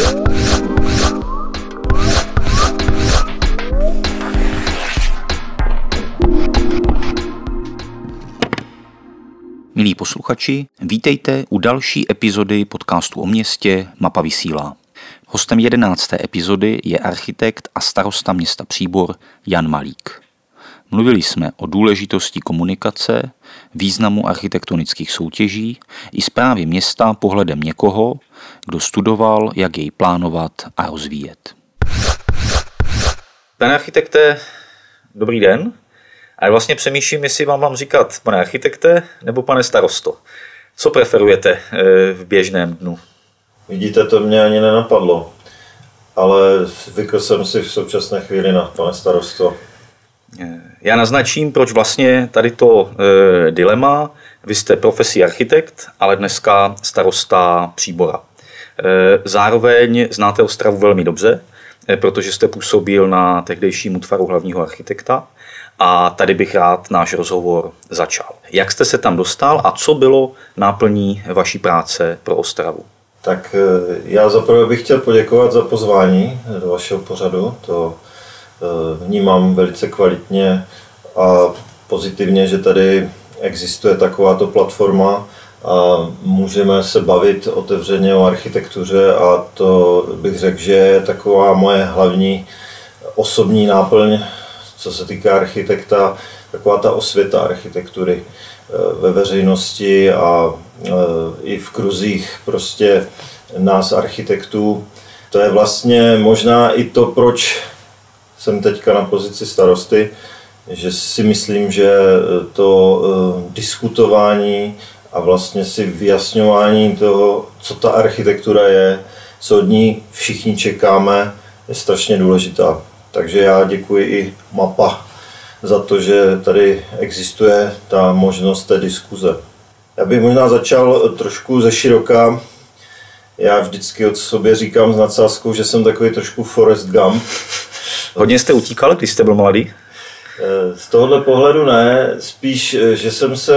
Milí posluchači, vítejte u další epizody podcastu o městě Mapa vysílá. Hostem 11. epizody je architekt a starosta města Příbor Jan Malík. Mluvili jsme o důležitosti komunikace, významu architektonických soutěží i správě města pohledem někoho, kdo studoval, jak jej plánovat a rozvíjet. Pane architekte, dobrý den. A vlastně přemýšlím, jestli mám říkat pane architekte nebo pane starosto. Co preferujete v běžném dnu? Vidíte, to mě ani nenapadlo, ale zvykl jsem si v současné chvíli na pane starosto. Já naznačím, proč vlastně tady to dilema. Vy jste profesí architekt, ale dneska starosta Příbora. Zároveň znáte Ostravu velmi dobře, protože jste působil na tehdejším útvaru hlavního architekta. A tady bych rád náš rozhovor začal. Jak jste se tam dostal a co bylo náplní vaší práce pro Ostravu? Tak já zaprvé bych chtěl poděkovat za pozvání do vašeho pořadu. To vnímám velice kvalitně a pozitivně, že tady existuje takováto platforma a můžeme se bavit otevřeně o architektuře a to bych řekl, že je taková moje hlavní osobní náplň, co se týká architekta, taková ta osvěta architektury ve veřejnosti a i v kruzích prostě nás architektů. To je vlastně možná i to, proč jsem teďka na pozici starosty, že si myslím, že to diskutování a vlastně si vyjasňování toho, co ta architektura je, co od ní všichni čekáme, je strašně důležitá. Takže já děkuji i Mapa za to, že tady existuje ta možnost té diskuze. Já bych možná začal trošku ze široka. Já vždycky od sobě říkám s nadsázkou, že jsem takový trošku Forrest Gump. Hodně jste utíkal, když jste byl mladý? Z tohohle pohledu ne, spíš, že jsem se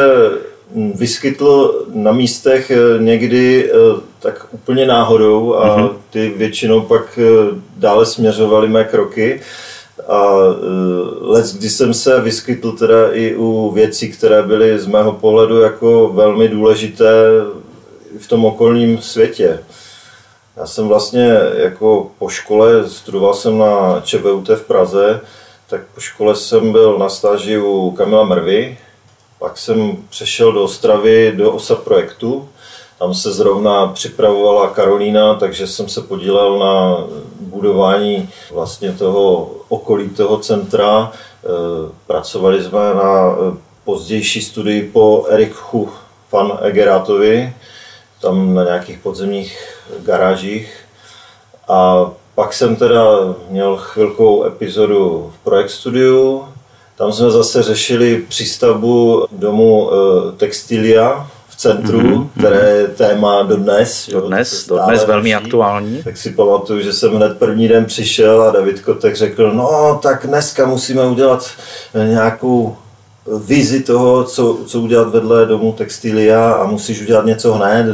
vyskytl na místech někdy tak úplně náhodou a ty většinou pak dále směřovaly mé kroky. A leckdy jsem se vyskytl teda i u věcí, které byly z mého pohledu jako velmi důležité v tom okolním světě. Já jsem vlastně jako po škole, studoval jsem na ČVUT v Praze, tak po škole jsem byl na stáži u Kamila Mrvy. Pak jsem přešel do Ostravy, do OSA projektu. Tam se zrovna připravovala Karolína, takže jsem se podílel na budování vlastně toho okolí toho centra. Pracovali jsme na pozdější studii po Erichu van Egeratovi, tam na nějakých podzemních garážích. A pak jsem teda měl chvilkou epizodu v Projekt Studiu. Tam jsme zase řešili přístavbu domu Textilia v centru, které je téma dodnes. Dodnes velmi aktuální. Tak si pamatuju, že jsem hned první den přišel a David Kotek řekl, no tak dneska musíme udělat nějakou vizi toho, co udělat vedle domu Textilia a musíš udělat něco hned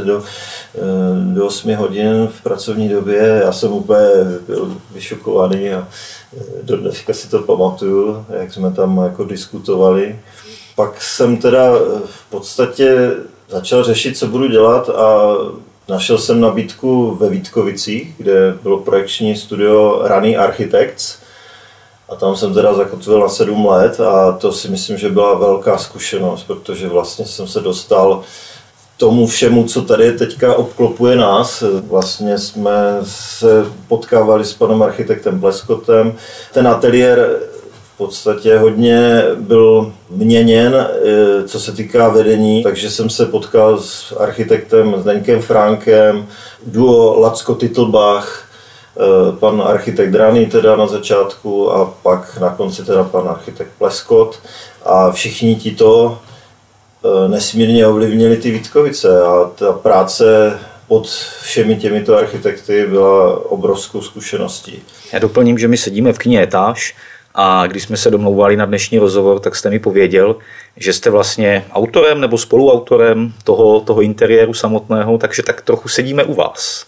do 8 hodin v pracovní době. Já jsem úplně byl vyšokovaný a do dneška si to pamatuju, jak jsme tam jako diskutovali. Pak jsem teda v podstatě začal řešit, co budu dělat a našel jsem nabídku ve Vítkovicích, kde bylo projekční studio Runny Architects. A tam jsem teda zakotvil na 7 let a to si myslím, že byla velká zkušenost, protože vlastně jsem se dostal tomu všemu, co tady teďka obklopuje nás. Vlastně jsme se potkávali s panem architektem Pleskotem. Ten ateliér v podstatě hodně byl měněn, co se týká vedení, takže jsem se potkal s architektem Zdeňkem Fránkem, duo Lacko-Titelbach, pan architekt Draný teda na začátku a pak na konci teda pan architekt Pleskot a všichni tito nesmírně ovlivnili ty Vítkovice a ta práce pod všemi těmito architekty byla obrovskou zkušeností. Já doplním, že my sedíme v knihe Etáž a když jsme se domlouvali na dnešní rozhovor, tak jste mi pověděl, že jste vlastně autorem nebo spoluautorem toho interiéru samotného, takže tak trochu sedíme u vás.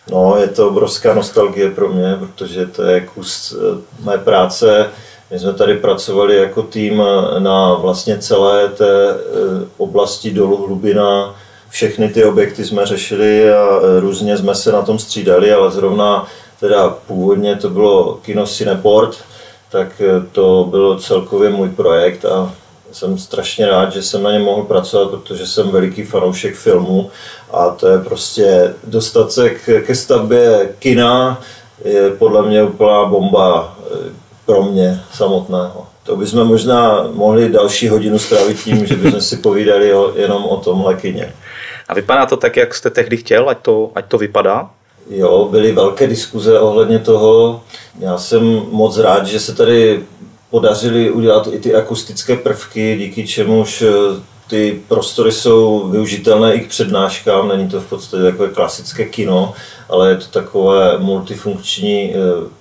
No, je to obrovská nostalgie pro mě, protože to je kus mé práce. My jsme tady pracovali jako tým na vlastně celé té oblasti dolu Hlubina. Všechny ty objekty jsme řešili a různě jsme se na tom střídali, ale zrovna teda původně to bylo kino Cineport, tak to byl celkově můj projekt a jsem strašně rád, že jsem na něm mohl pracovat, protože jsem veliký fanoušek filmu a to je prostě dostat se ke stavbě kina je podle mě úplná bomba pro mě samotného. To bychom možná mohli další hodinu strávit tím, že bychom si povídali jenom o tomhle kině. A vypadá to tak, jak jste tehdy chtěl, ať to vypadá? Jo, byly velké diskuze ohledně toho. Já jsem moc rád, že se tady podařili udělat i ty akustické prvky, díky čemuž ty prostory jsou využitelné i k přednáškám. Není to v podstatě takové klasické kino, ale je to takové multifunkční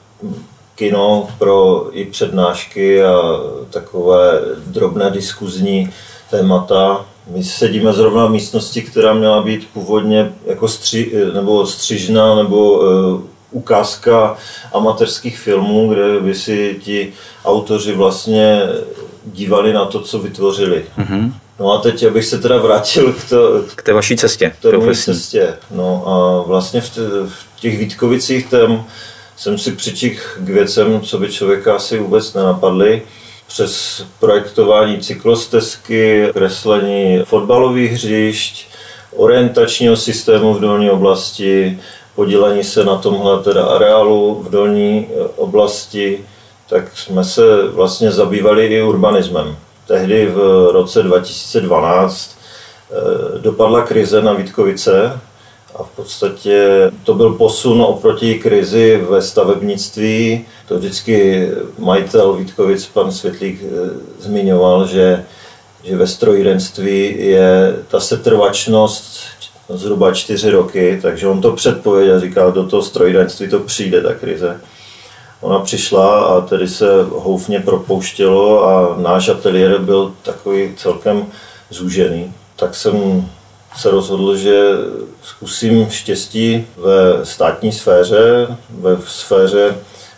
kino pro i přednášky a takové drobné diskuzní témata. My sedíme zrovna v místnosti, která měla být původně jako střižna nebo ukázka amatérských filmů, kde by si ti autoři vlastně dívali na to, co vytvořili. Mm-hmm. No a teď, abych se teda vrátil k té vaší cestě. K té mojí cestě. No a vlastně v těch Vítkovicích tam jsem si přičikl k věcem, co by člověka asi vůbec nenapadly. Přes projektování cyklostezky, kreslení fotbalových hřišť, orientačního systému v dolní oblasti, podílení se na tomhle teda areálu v dolní oblasti, tak jsme se vlastně zabývali i urbanismem. Tehdy v roce 2012 dopadla krize na Vítkovice a v podstatě to byl posun oproti krizi ve stavebnictví. To vždycky majitel Vítkovic, pan Světlík, zmiňoval, že ve strojírenství je ta setrvačnost zhruba 4 roky, takže on to předpověděl, říkal, do toho strojírenství to přijde, ta krize. Ona přišla a tedy se houfně propouštělo a náš ateliér byl takový celkem zúžený. Tak jsem se rozhodl, že zkusím štěstí ve státní sféře, ve sféře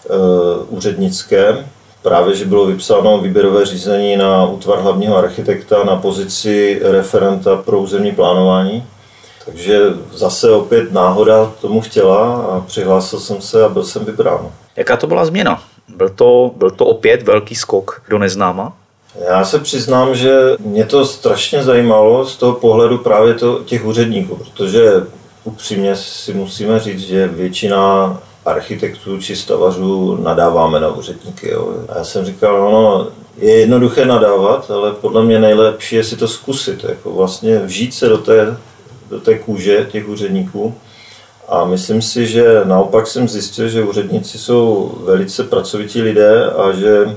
úřednické. Právě, že bylo vypsáno výběrové řízení na útvar hlavního architekta na pozici referenta pro územní plánování. Takže zase opět náhoda tomu chtěla a přihlásil jsem se a byl jsem vybrán. Jaká to byla změna? Byl to opět velký skok do neznáma? Já se přiznám, že mě to strašně zajímalo z toho pohledu právě těch úředníků, protože upřímně si musíme říct, že většina architektů či stavařů nadáváme na úředníky. Jo. A já jsem říkal, no, je jednoduché nadávat, ale podle mě nejlepší je si to zkusit, jako vlastně vžít se do té kůže těch úředníků. A myslím si, že naopak jsem zjistil, že úředníci jsou velice pracovití lidé a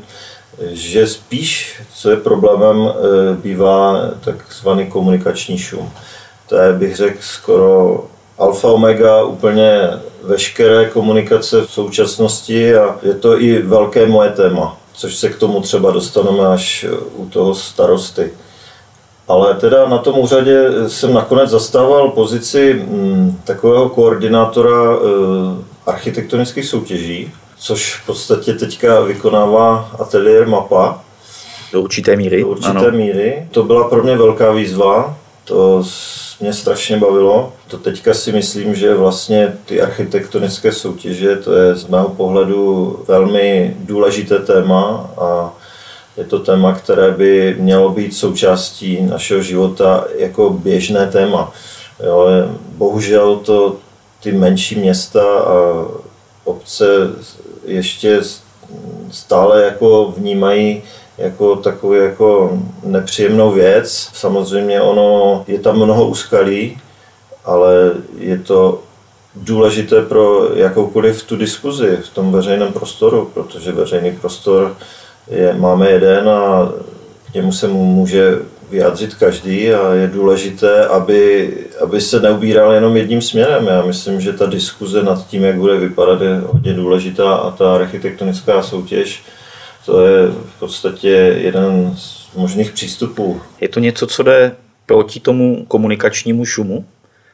že spíš, co je problémem, bývá takzvaný komunikační šum. To je, bych řekl, skoro alfa omega úplně veškeré komunikace v současnosti a je to i velké moje téma, což se k tomu třeba dostaneme až u toho starosty. Ale teda na tom úřadě jsem nakonec zastával pozici takového koordinátora architektonických soutěží, což v podstatě teďka vykonává ateliér Mapa. Do určité míry. Do určité míry. To byla pro mě velká výzva, to mě strašně bavilo. To teďka si myslím, že vlastně ty architektonické soutěže, to je z mého pohledu velmi důležité téma a je to téma, které by mělo být součástí našeho života jako běžné téma. Jo, bohužel to ty menší města a obce ještě stále jako vnímají jako takovou jako nepříjemnou věc. Samozřejmě ono je tam mnoho úskalí, ale je to důležité pro jakoukoliv tu diskuzi v tom veřejném prostoru, protože veřejný prostor máme jeden a k němu se může vyjádřit každý a je důležité, aby se neubíral jenom jedním směrem. Já myslím, že ta diskuze nad tím, jak bude vypadat, je hodně důležitá a ta architektonická soutěž, to je v podstatě jeden z možných přístupů. Je to něco, co jde proti tomu komunikačnímu šumu?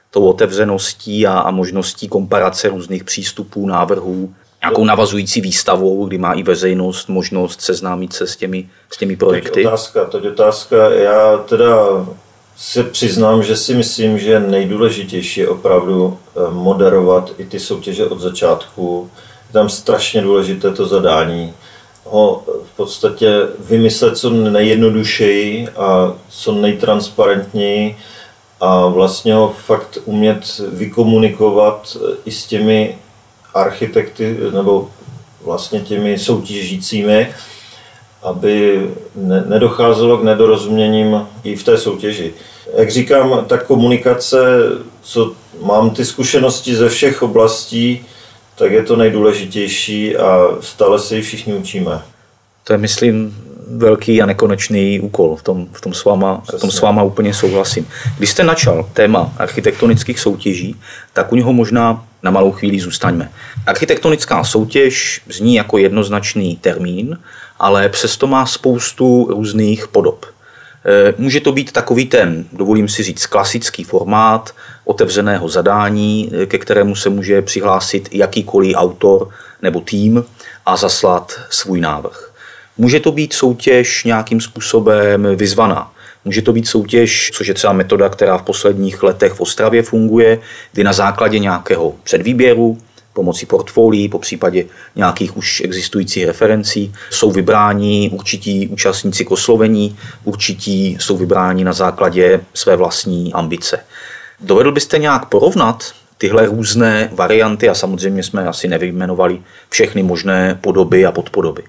tou otevřeností a možností komparace různých přístupů, návrhů, nějakou navazující výstavou, kdy má i veřejnost možnost seznámit se s těmi projekty? Teď otázka. Já teda se přiznám, že si myslím, že nejdůležitější je opravdu moderovat i ty soutěže od začátku. Je tam strašně důležité to zadání. Ho v podstatě vymyslet co nejjednodušeji a co nejtransparentněji a vlastně ho fakt umět vykomunikovat i s těmi architekty nebo vlastně těmi soutěžícími, aby nedocházelo k nedorozuměním i v té soutěži. Jak říkám, ta komunikace, co mám ty zkušenosti ze všech oblastí, tak je to nejdůležitější a stále se ji všichni učíme. To je, myslím, velký a nekonečný úkol. V tom s váma úplně souhlasím. Když jste načal téma architektonických soutěží, tak u něho možná na malou chvíli zůstaňme. Architektonická soutěž zní jako jednoznačný termín, ale přesto má spoustu různých podob. Může to být takový ten, dovolím si říct, klasický formát otevřeného zadání, ke kterému se může přihlásit jakýkoliv autor nebo tým a zaslat svůj návrh. Může to být soutěž nějakým způsobem vyzvaná. Může to být soutěž, což je třeba metoda, která v posledních letech v Ostravě funguje, kdy na základě nějakého předvýběru, pomocí portfolií, po případě nějakých už existujících referencí, jsou vybráni určití účastníci k oslovení, určití jsou vybráni na základě své vlastní ambice. Dovedl byste nějak porovnat tyhle různé varianty a samozřejmě jsme asi nevyjmenovali všechny možné podoby a podpodoby?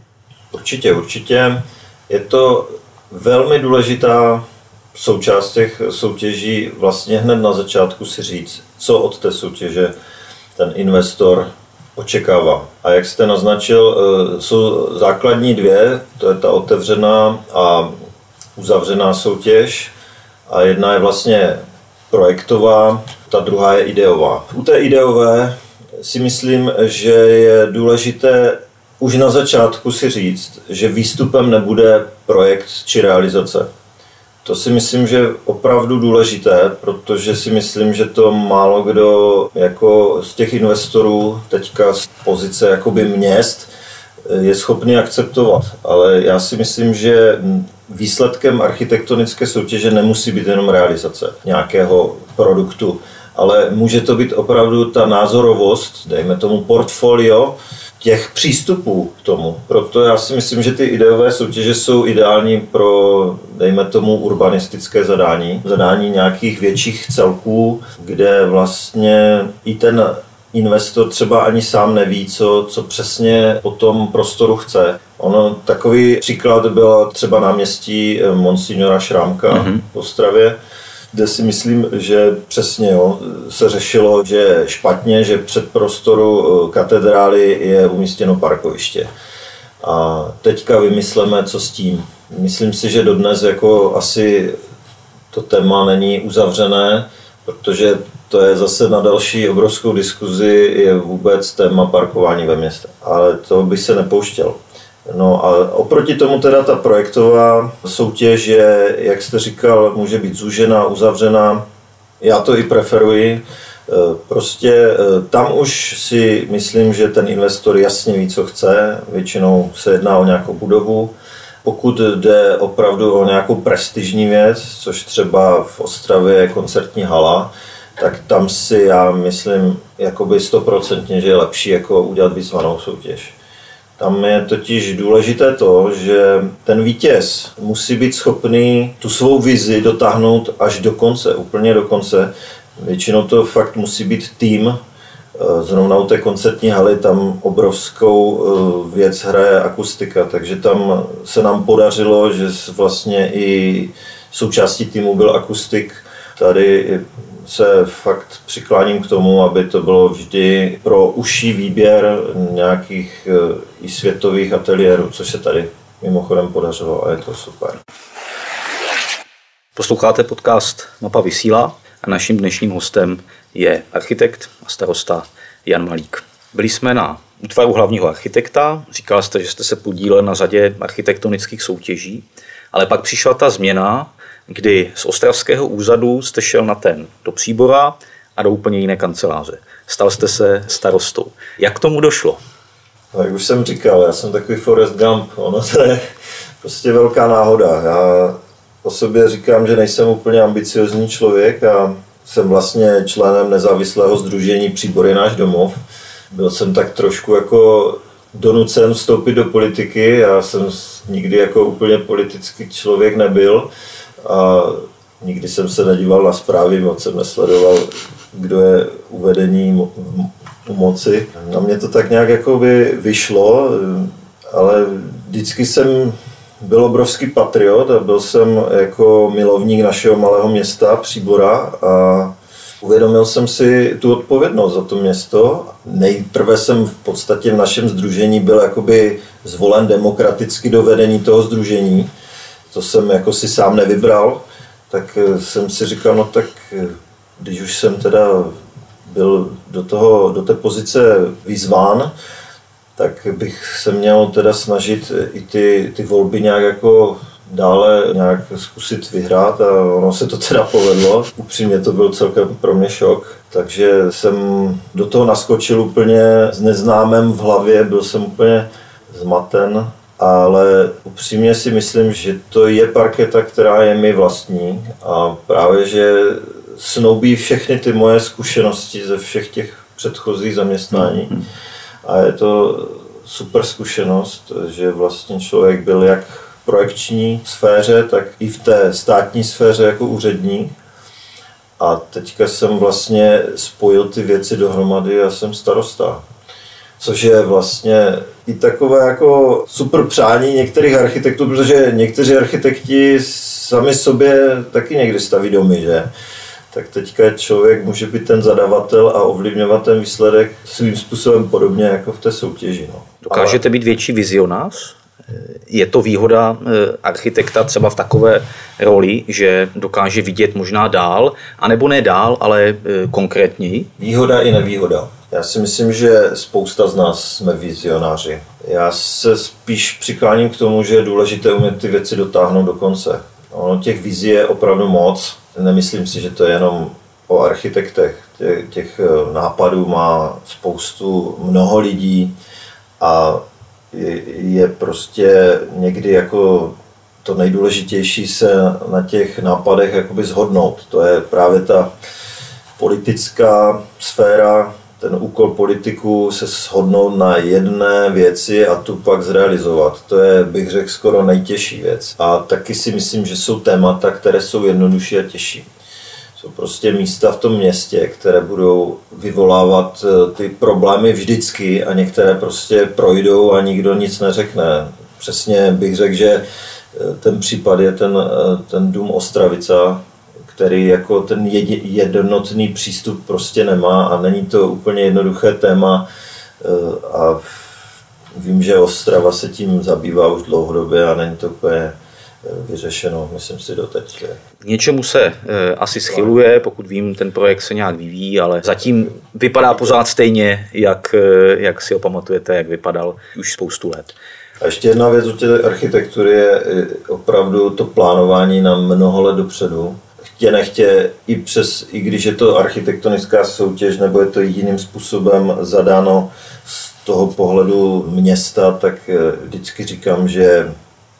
Určitě. Je to velmi důležitá součást těch soutěží vlastně hned na začátku si říct, co od té soutěže ten investor očekává. A jak jste naznačil, jsou základní dvě, to je ta otevřená a uzavřená soutěž a jedna je vlastně projektová, ta druhá je ideová. U té ideové si myslím, že je důležité už na začátku si říct, že výstupem nebude projekt či realizace. To si myslím, že je opravdu důležité, protože si myslím, že to málo kdo jako z těch investorů teďka z pozice jakoby měst je schopný akceptovat. Ale já si myslím, že výsledkem architektonické soutěže nemusí být jenom realizace nějakého produktu, ale může to být opravdu ta názorovost, dejme tomu portfolio, těch přístupů k tomu. Proto já si myslím, že ty ideové soutěže jsou ideální pro, dejme tomu, urbanistické zadání nějakých větších celků, kde vlastně i ten investor třeba ani sám neví, co přesně po tom prostoru chce. Ono takový příklad byl třeba náměstí Monsignora Šrámka v Ostravě, kde si myslím, že přesně se řešilo, že je špatně, že před prostoru katedrály je umístěno parkoviště. A teďka vymysleme, co s tím. Myslím si, že dodnes jako asi to téma není uzavřené, protože to je zase na další obrovskou diskuzi, je vůbec téma parkování ve městě. Ale to bych se nepouštěl. No a oproti tomu teda ta projektová soutěž je, jak jste říkal, může být zúžená, uzavřená. Já to i preferuji. Prostě tam už si myslím, že ten investor jasně ví, co chce. Většinou se jedná o nějakou budovu. Pokud jde opravdu o nějakou prestižní věc, což třeba v Ostravě je koncertní hala, tak tam si já myslím jakoby 100%, že je lepší jako udělat vyzvanou soutěž. Tam je totiž důležité to, že ten vítěz musí být schopný tu svou vizi dotáhnout až do konce, úplně do konce. Většinou to fakt musí být tým. Zrovna u té koncertní haly tam obrovskou věc hraje akustika, takže tam se nám podařilo, že vlastně i součástí týmu byl akustik. Tady se fakt přikláním k tomu, aby to bylo vždy pro užší výběr nějakých i světových ateliérů, což se tady mimochodem podařilo a je to super. Posloucháte podcast Mapa vysílá a naším dnešním hostem je architekt a starosta Jan Malík. Byli jsme na útvaru hlavního architekta, říkal jste, že jste se podílel na řadě architektonických soutěží, ale pak přišla ta změna, kdy z ostravského úřadu jste šel na ten do Příbora a do úplně jiné kanceláře. Stal jste se starostou. Jak k tomu došlo? No, jak už jsem říkal, já jsem takový Forrest Gump, ono to je prostě velká náhoda. Já o sobě říkám, že nejsem úplně ambiciozní člověk a jsem vlastně členem nezávislého sdružení Příbor je náš domov. Byl jsem tak trošku jako donucen vstoupit do politiky, já jsem nikdy jako úplně politický člověk nebyl a nikdy jsem se nedíval na zprávy, moc jsem nesledoval, kdo je u vedení u moci. Na mě to tak nějak jakoby vyšlo, ale vždycky jsem byl obrovský patriot a byl jsem jako milovník našeho malého města Příbora a uvědomil jsem si tu odpovědnost za to město. Nejprve jsem v podstatě v našem sdružení byl jakoby zvolen demokraticky do vedení toho sdružení. To jsem jako si sám nevybral, tak jsem si říkal, no tak když už jsem teda byl do té pozice vyzván, tak bych se měl teda snažit i ty volby nějak jako dále nějak zkusit vyhrát a ono se to teda povedlo. Upřímně to byl celkem pro mě šok, takže jsem do toho naskočil úplně s neznámem v hlavě, byl jsem úplně zmaten, ale upřímně si myslím, že to je parketa, která je mi vlastní a právě, že snoubí všechny ty moje zkušenosti ze všech těch předchozích zaměstnání. A je to super zkušenost, že vlastně člověk byl jak v projekční sféře, tak i v té státní sféře jako úředník. A teďka jsem vlastně spojil ty věci dohromady a jsem starosta. Což je vlastně i takové jako super přání některých architektů, protože někteří architekti sami sobě taky někdy staví domy, že? Tak teďka člověk může být ten zadavatel a ovlivňovat ten výsledek svým způsobem podobně jako v té soutěži. No. Dokážete být větší vizionář? Je to výhoda architekta třeba v takové roli, že dokáže vidět možná dál, anebo ne dál, ale konkrétněji? Výhoda i nevýhoda. Já si myslím, že spousta z nás jsme vizionáři. Já se spíš přikláním k tomu, že je důležité umět ty věci dotáhnout do konce. Ono těch vizí je opravdu moc. Nemyslím si, že to je jenom o architektech. Těch nápadů má mnoho lidí a je prostě někdy jako to nejdůležitější se na těch nápadech jakoby shodnout. To je právě ta politická sféra, ten úkol politiků se shodnout na jedné věci a tu pak zrealizovat. To je, bych řekl, skoro nejtěžší věc. A taky si myslím, že jsou témata, které jsou jednodušší a těžší. Jsou prostě místa v tom městě, které budou vyvolávat ty problémy vždycky a některé prostě projdou a nikdo nic neřekne. Přesně bych řekl, že ten případ je ten dům Ostravica, který jako ten jednotný přístup prostě nemá a není to úplně jednoduché téma a vím, že Ostrava se tím zabývá už dlouhodobě a není to úplně vyřešeno, myslím si doteď. K něčemu se asi schyluje, pokud vím, ten projekt se nějak vyvíjí, ale zatím vypadá pořád stejně, jak si ho pamatujete, jak vypadal už spoustu let. A ještě jedna věc u té architektury je opravdu to plánování na mnoho let dopředu. Chtě nechtě, i když je to architektonická soutěž nebo je to jiným způsobem zadáno z toho pohledu města, tak vždycky říkám, že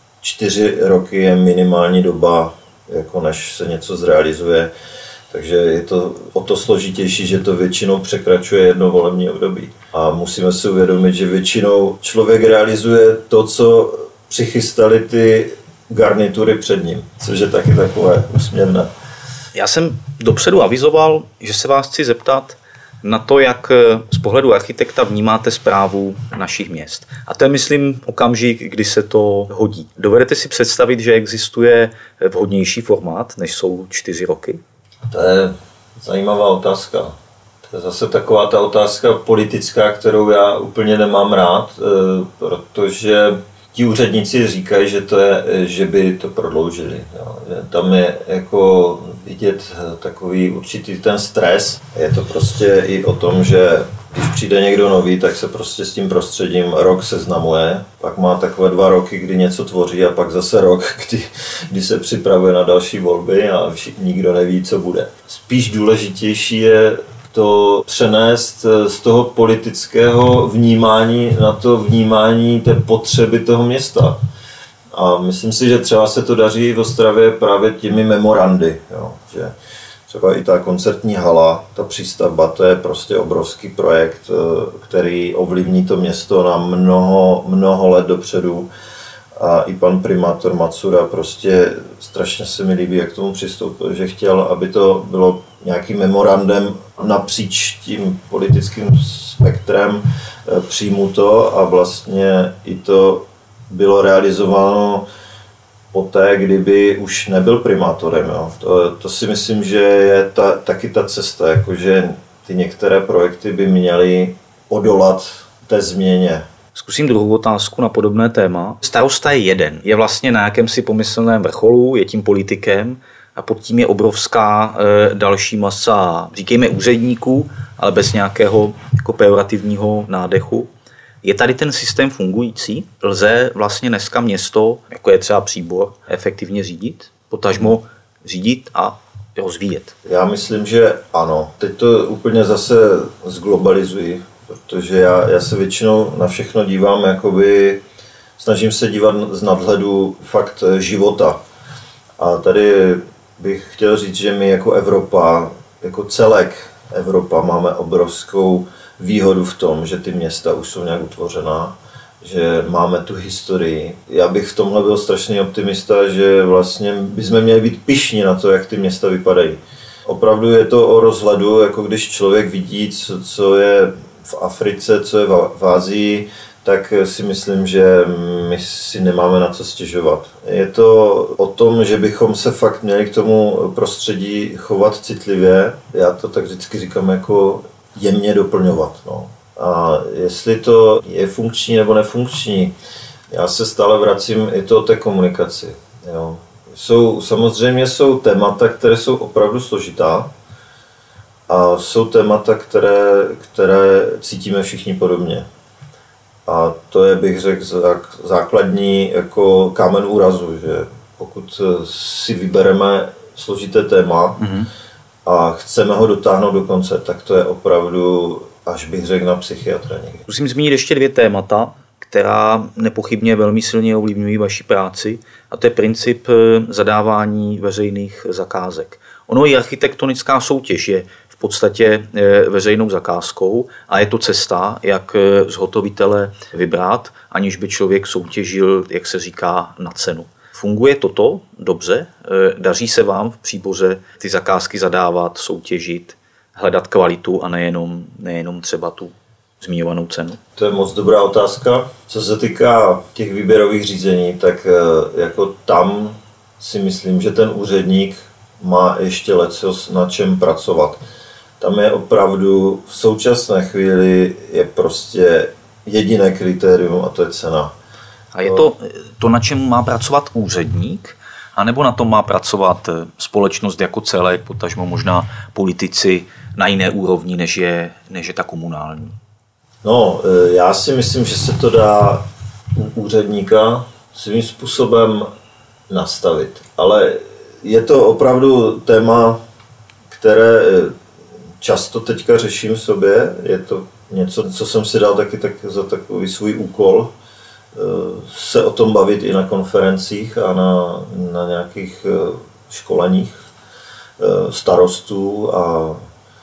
4 roky je minimální doba, jako než se něco zrealizuje. Takže je to o to složitější, že to většinou překračuje jedno volební období. A musíme si uvědomit, že většinou člověk realizuje to, co přichystali ty garnitury před ním, což je taky takové úsměvné. Já jsem dopředu avizoval, že se vás chci zeptat na to, jak z pohledu architekta vnímáte správu našich měst. A to je, myslím, okamžik, kdy se to hodí. Dovedete si představit, že existuje vhodnější formát, než jsou 4 roky? To je zajímavá otázka. To je zase taková ta otázka politická, kterou já úplně nemám rád, protože ti úředníci říkají, že by to prodloužili. Jo. Tam je jako vidět takový určitý ten stres. Je to prostě i o tom, že když přijde někdo nový, tak se prostě s tím prostředím rok seznamuje, pak má takové 2 roky, kdy něco tvoří a pak zase rok, kdy se připravuje na další volby a nikdo neví, co bude. Spíš důležitější je to přenést z toho politického vnímání na to vnímání té potřeby toho města. A myslím si, že třeba se to daří v Ostravě právě těmi memorandy, jo, že třeba i ta koncertní hala, ta přístavba, to je prostě obrovský projekt, který ovlivní to město na mnoho let dopředu. A i pan primátor Macura prostě strašně se mi líbí, jak k tomu přistoupil, že chtěl, aby to bylo nějakým memorandem napříč tím politickým spektrem přijmuto a vlastně i to bylo realizováno poté, kdyby už nebyl primátorem. Jo. To si myslím, že je taky ta cesta, jakože ty některé projekty by měly odolat té změně. Zkusím druhou otázku na podobné téma. Starosta je jeden. Je vlastně na jakémsi pomyslném vrcholu, je tím politikem a pod tím je obrovská další masa, říkejme úředníků, ale bez nějakého jako pejorativního nádechu. Je tady ten systém fungující? Lze vlastně dneska město, jako je třeba Příbor, efektivně řídit? Potažmo řídit a rozvíjet? Já myslím, že ano. Teď to úplně zase zglobalizuji, protože já se většinou na všechno dívám, jakoby snažím se dívat z nadhledu fakt života. A tady bych chtěl říct, že my jako Evropa, jako celek Evropa máme obrovskou výhodu v tom, že ty města už jsou nějak utvořená, že máme tu historii. Já bych v tomhle byl strašný optimista, že vlastně bychom měli být pyšní na to, jak ty města vypadají. Opravdu je to o rozhledu, jako když člověk vidí, co je v Africe, co je v Asii, tak si myslím, že my si nemáme na co stěžovat. Je to o tom, že bychom se fakt měli k tomu prostředí chovat citlivě. Já to tak vždycky říkám jako jemně doplňovat. No. A jestli to je funkční nebo nefunkční, já se stále vracím i to o té komunikaci. Jo. Samozřejmě jsou témata, které jsou opravdu složitá a jsou témata, které cítíme všichni podobně. A to je, bych řekl, základní jako kámen úrazu, že pokud si vybereme složité téma a chceme ho dotáhnout do konce, tak to je opravdu, až bych řekl, na psychiatra někdy. Musím zmínit ještě 2 témata, která nepochybně velmi silně ovlivňují vaši práci, a to je princip zadávání veřejných zakázek. Ono i architektonická soutěž je v podstatě veřejnou zakázkou a je to cesta, jak zhotovitele vybrat, aniž by člověk soutěžil, jak se říká, na cenu. Funguje toto dobře? Daří se vám v Příboře ty zakázky zadávat, soutěžit, hledat kvalitu a nejenom třeba tu zmiňovanou cenu? To je moc dobrá otázka. Co se týká těch výběrových řízení, tak jako tam si myslím, že ten úředník má ještě lecos na čem pracovat. Tam je opravdu v současné chvíli je prostě jediné kritérium a to je cena. A je to na čem má pracovat úředník, anebo na tom má pracovat společnost jako celek, potažmo možná politici na jiné úrovni, než je ta komunální? No, já si myslím, že se to dá u úředníka svým způsobem nastavit, ale je to opravdu téma, které často teďka řeším v sobě. Je to něco, co jsem si dal taky za takový svůj úkol, se o tom bavit i na konferencích a na nějakých školeních starostů a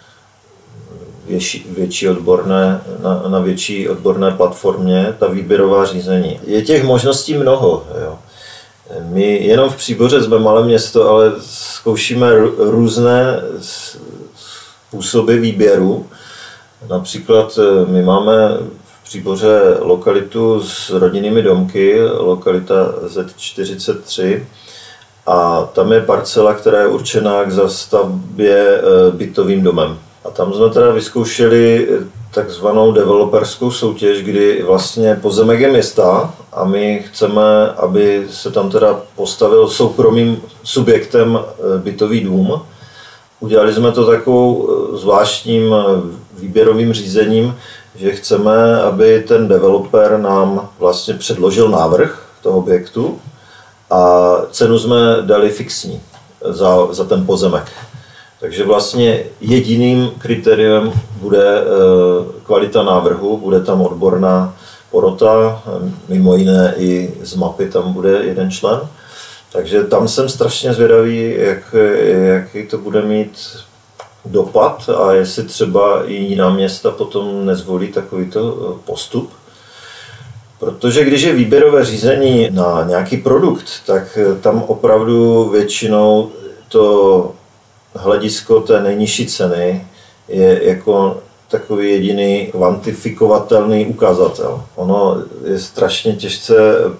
na větší odborné platformě, ta výběrová řízení. Je těch možností mnoho. Jo. My jenom v Příboře jsme malé město, ale zkoušíme různé způsoby výběru. Například my máme v Příboře lokalitu s rodinnými domky, lokalita Z43, a tam je parcela, která je určená k zastavbě bytovým domem. A tam jsme teda vyzkoušeli takzvanou developerskou soutěž, kdy vlastně pozemek je města a my chceme, aby se tam teda postavil soukromým subjektem bytový dům. Udělali jsme to takovou zvláštním výběrovým řízením, že chceme, aby ten developer nám vlastně předložil návrh toho objektu a cenu jsme dali fixní za ten pozemek. Takže vlastně jediným kritériem bude kvalita návrhu, bude tam odborná porota, mimo jiné i z mapy tam bude jeden člen. Takže tam jsem strašně zvědavý, jaký to bude mít dopad a jestli třeba i jiná města potom nezvolí takovýto postup. Protože když je výběrové řízení na nějaký produkt, tak tam opravdu většinou to hledisko té nejnižší ceny je jako takový jediný kvantifikovatelný ukazatel. Ono je strašně těžce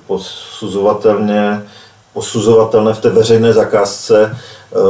posuzovatelné v té veřejné zakázce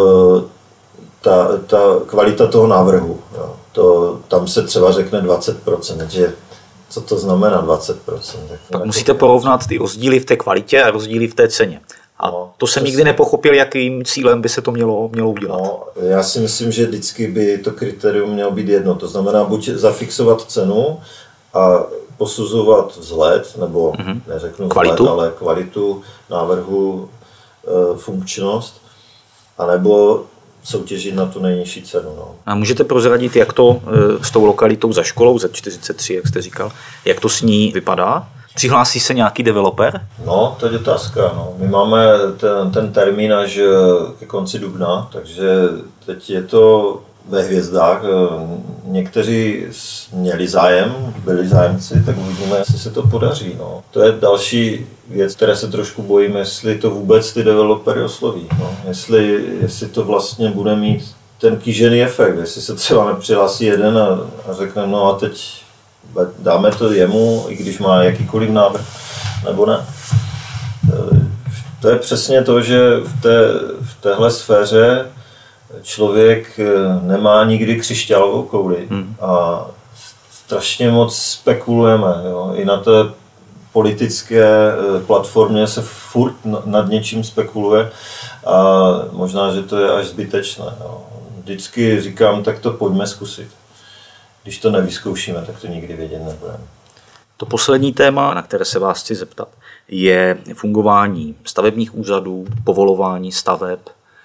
ta kvalita toho návrhu. Jo. Tam se třeba řekne 20%, že co to znamená 20%? Tak musíte porovnat ty rozdíly v té kvalitě a rozdíly v té ceně. A to jsem nikdy nepochopil, jakým cílem by se to mělo udělat. No, já si myslím, že vždycky by to kritérium mělo být jedno. To znamená buď zafixovat cenu a posuzovat vzhled, nebo neřeknu kvalitu. Vzhled, ale kvalitu návrhu, funkčnost, anebo soutěžit na tu nejnižší cenu. No. A můžete prozradit, jak to s tou lokalitou za školou Z43, jak jste říkal, jak to s ní vypadá? Přihlásí se nějaký developer? No, to je otázka. No. My máme ten termín až ke konci dubna, takže teď je to ve hvězdách. Někteří měli zájem, byli zájemci, tak uvidíme, jestli se to podaří. No. To je další věc, které se trošku bojím, jestli to vůbec ty developery osloví. No. Jestli to vlastně bude mít ten kýžený efekt, jestli se třeba nepřihlásí jeden a řekne, no a teď dáme to jemu, i když má jakýkoliv návrh, nebo ne. To je přesně to, že v téhle sféře člověk nemá nikdy křišťálovou kouli a strašně moc spekulujeme. Jo. I na té politické platformě se furt nad něčím spekuluje a možná, že to je až zbytečné. Jo. Vždycky říkám, tak to pojďme zkusit. Když to nevyzkoušíme, tak to nikdy vědět nebudeme. To poslední téma, na které se vás chci zeptat, je fungování stavebních úřadů, povolování staveb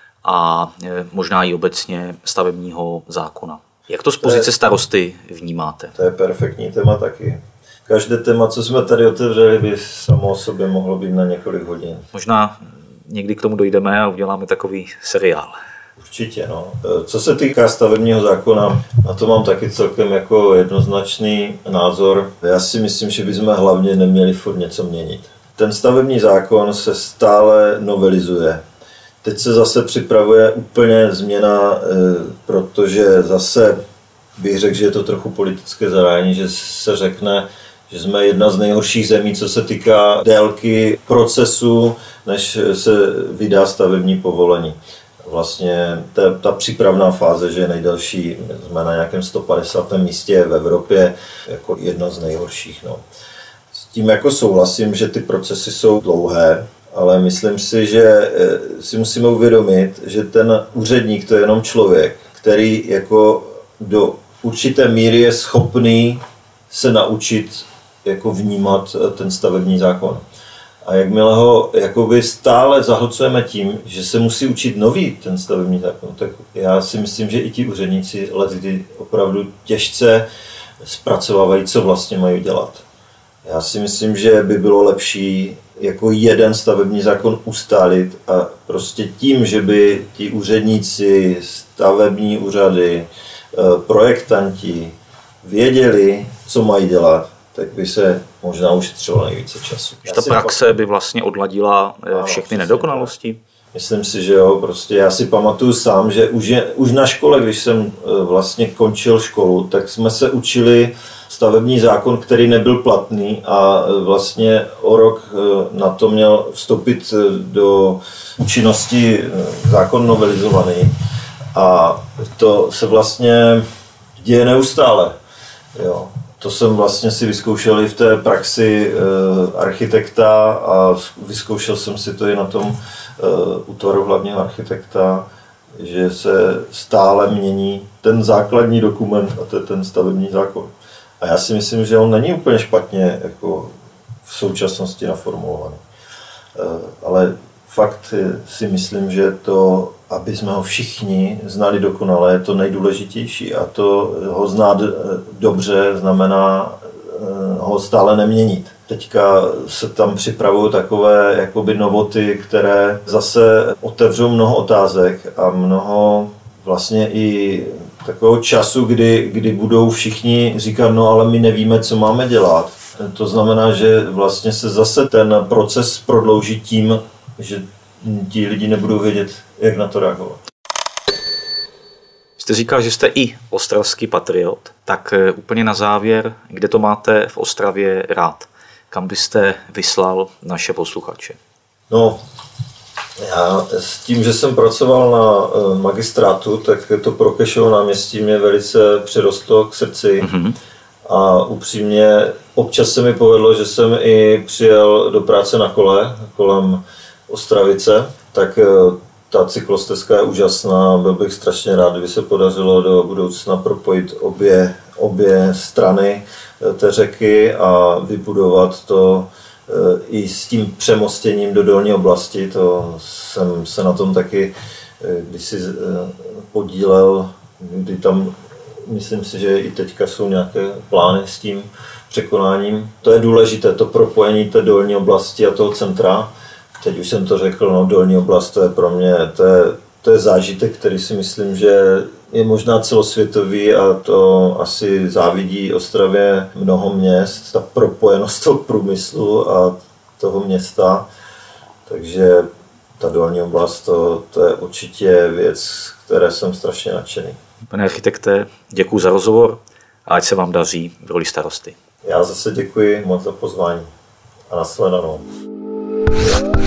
a možná i obecně stavebního zákona. Jak to z pozice starosty vnímáte? To je perfektní téma taky. Každé téma, co jsme tady otevřeli, by samo o sobě mohlo být na několik hodin. Možná někdy k tomu dojdeme a uděláme takový seriál. Určitě, no. Co se týká stavebního zákona, na to mám taky celkem jako jednoznačný názor. Já si myslím, že bychom hlavně neměli furt něco měnit. Ten stavební zákon se stále novelizuje. Teď se zase připravuje úplně změna, protože zase bych řekl, že je to trochu politické zadání, že se řekne, že jsme jedna z nejhorších zemí, co se týká délky procesu, než se vydá stavební povolení. Vlastně ta přípravná fáze, že je nejdelší, jsme na nějakém 150. místě v Evropě jako jedna z nejhorších. No. S tím jako souhlasím, že ty procesy jsou dlouhé, ale myslím si, že si musíme uvědomit, že ten úředník to je jenom člověk, který jako do určité míry je schopný se naučit jako vnímat ten stavební zákon. A jakmile ho jakoby stále zahlcujeme tím, že se musí učit nový ten stavební zákon, tak já si myslím, že i ti úředníci letkdy opravdu těžce zpracovávají, co vlastně mají dělat. Já si myslím, že by bylo lepší jako jeden stavební zákon ustálit a prostě tím, že by ti úředníci, stavební úřady, projektanti věděli, co mají dělat, tak by se možná ušetřilo nejvíce času. Že ta praxe by vlastně odladila všechny nedokonalosti? Myslím si, že jo, prostě já si pamatuju sám, že už na škole, když jsem vlastně končil školu, tak jsme se učili stavební zákon, který nebyl platný a vlastně o rok na to měl vstoupit do účinnosti zákon novelizovaný. A to se vlastně děje neustále. Jo. To jsem vlastně si vyzkoušel i v té praxi architekta a vyzkoušel jsem si to i na tom útvaru hlavního architekta, že se stále mění ten základní dokument a to je ten stavební zákon. A já si myslím, že on není úplně špatně jako v současnosti naformulovaný. Ale fakt si myslím, že to, aby jsme ho všichni znali dokonale, je to nejdůležitější a to ho znát dobře znamená ho stále neměnit. Teďka se tam připravují takové jakoby novoty, které zase otevřou mnoho otázek a mnoho vlastně i takového času, kdy budou všichni říkat, no ale my nevíme, co máme dělat. To znamená, že vlastně se zase ten proces prodlouží tím, že ti lidi nebudou vědět, jak na to reagovat. Jste říkal, že jste i ostravský patriot, tak úplně na závěr, kde to máte v Ostravě rád? Kam byste vyslal naše posluchače? No, já s tím, že jsem pracoval na magistrátu, tak to Prokešovo náměstí mě velice přirostlo k srdci. Mm-hmm. A upřímně občas se mi povedlo, že jsem i přijel do práce na kole kolem Ostravice, tak ta cyklostezka je úžasná, byl bych strašně rád, kdyby se podařilo do budoucna propojit obě strany té řeky a vybudovat to i s tím přemostěním do dolní oblasti. To jsem se na tom taky kdysi podílel, kdy tam myslím si, že i teďka jsou nějaké plány s tím překonáním. To je důležité, to propojení té dolní oblasti a toho centra. Teď už jsem to řekl, no dolní oblast, to je pro mě, to je zážitek, který si myslím, že je možná celosvětový a to asi závidí Ostravě mnoho měst, ta propojenost toho průmyslu a toho města. Takže ta dolní oblast, to je určitě věc, které jsem strašně nadšený. Pane architekte, děkuji za rozhovor a ať se vám daří v roli starosty. Já zase děkuji moc za pozvání a nashledanou.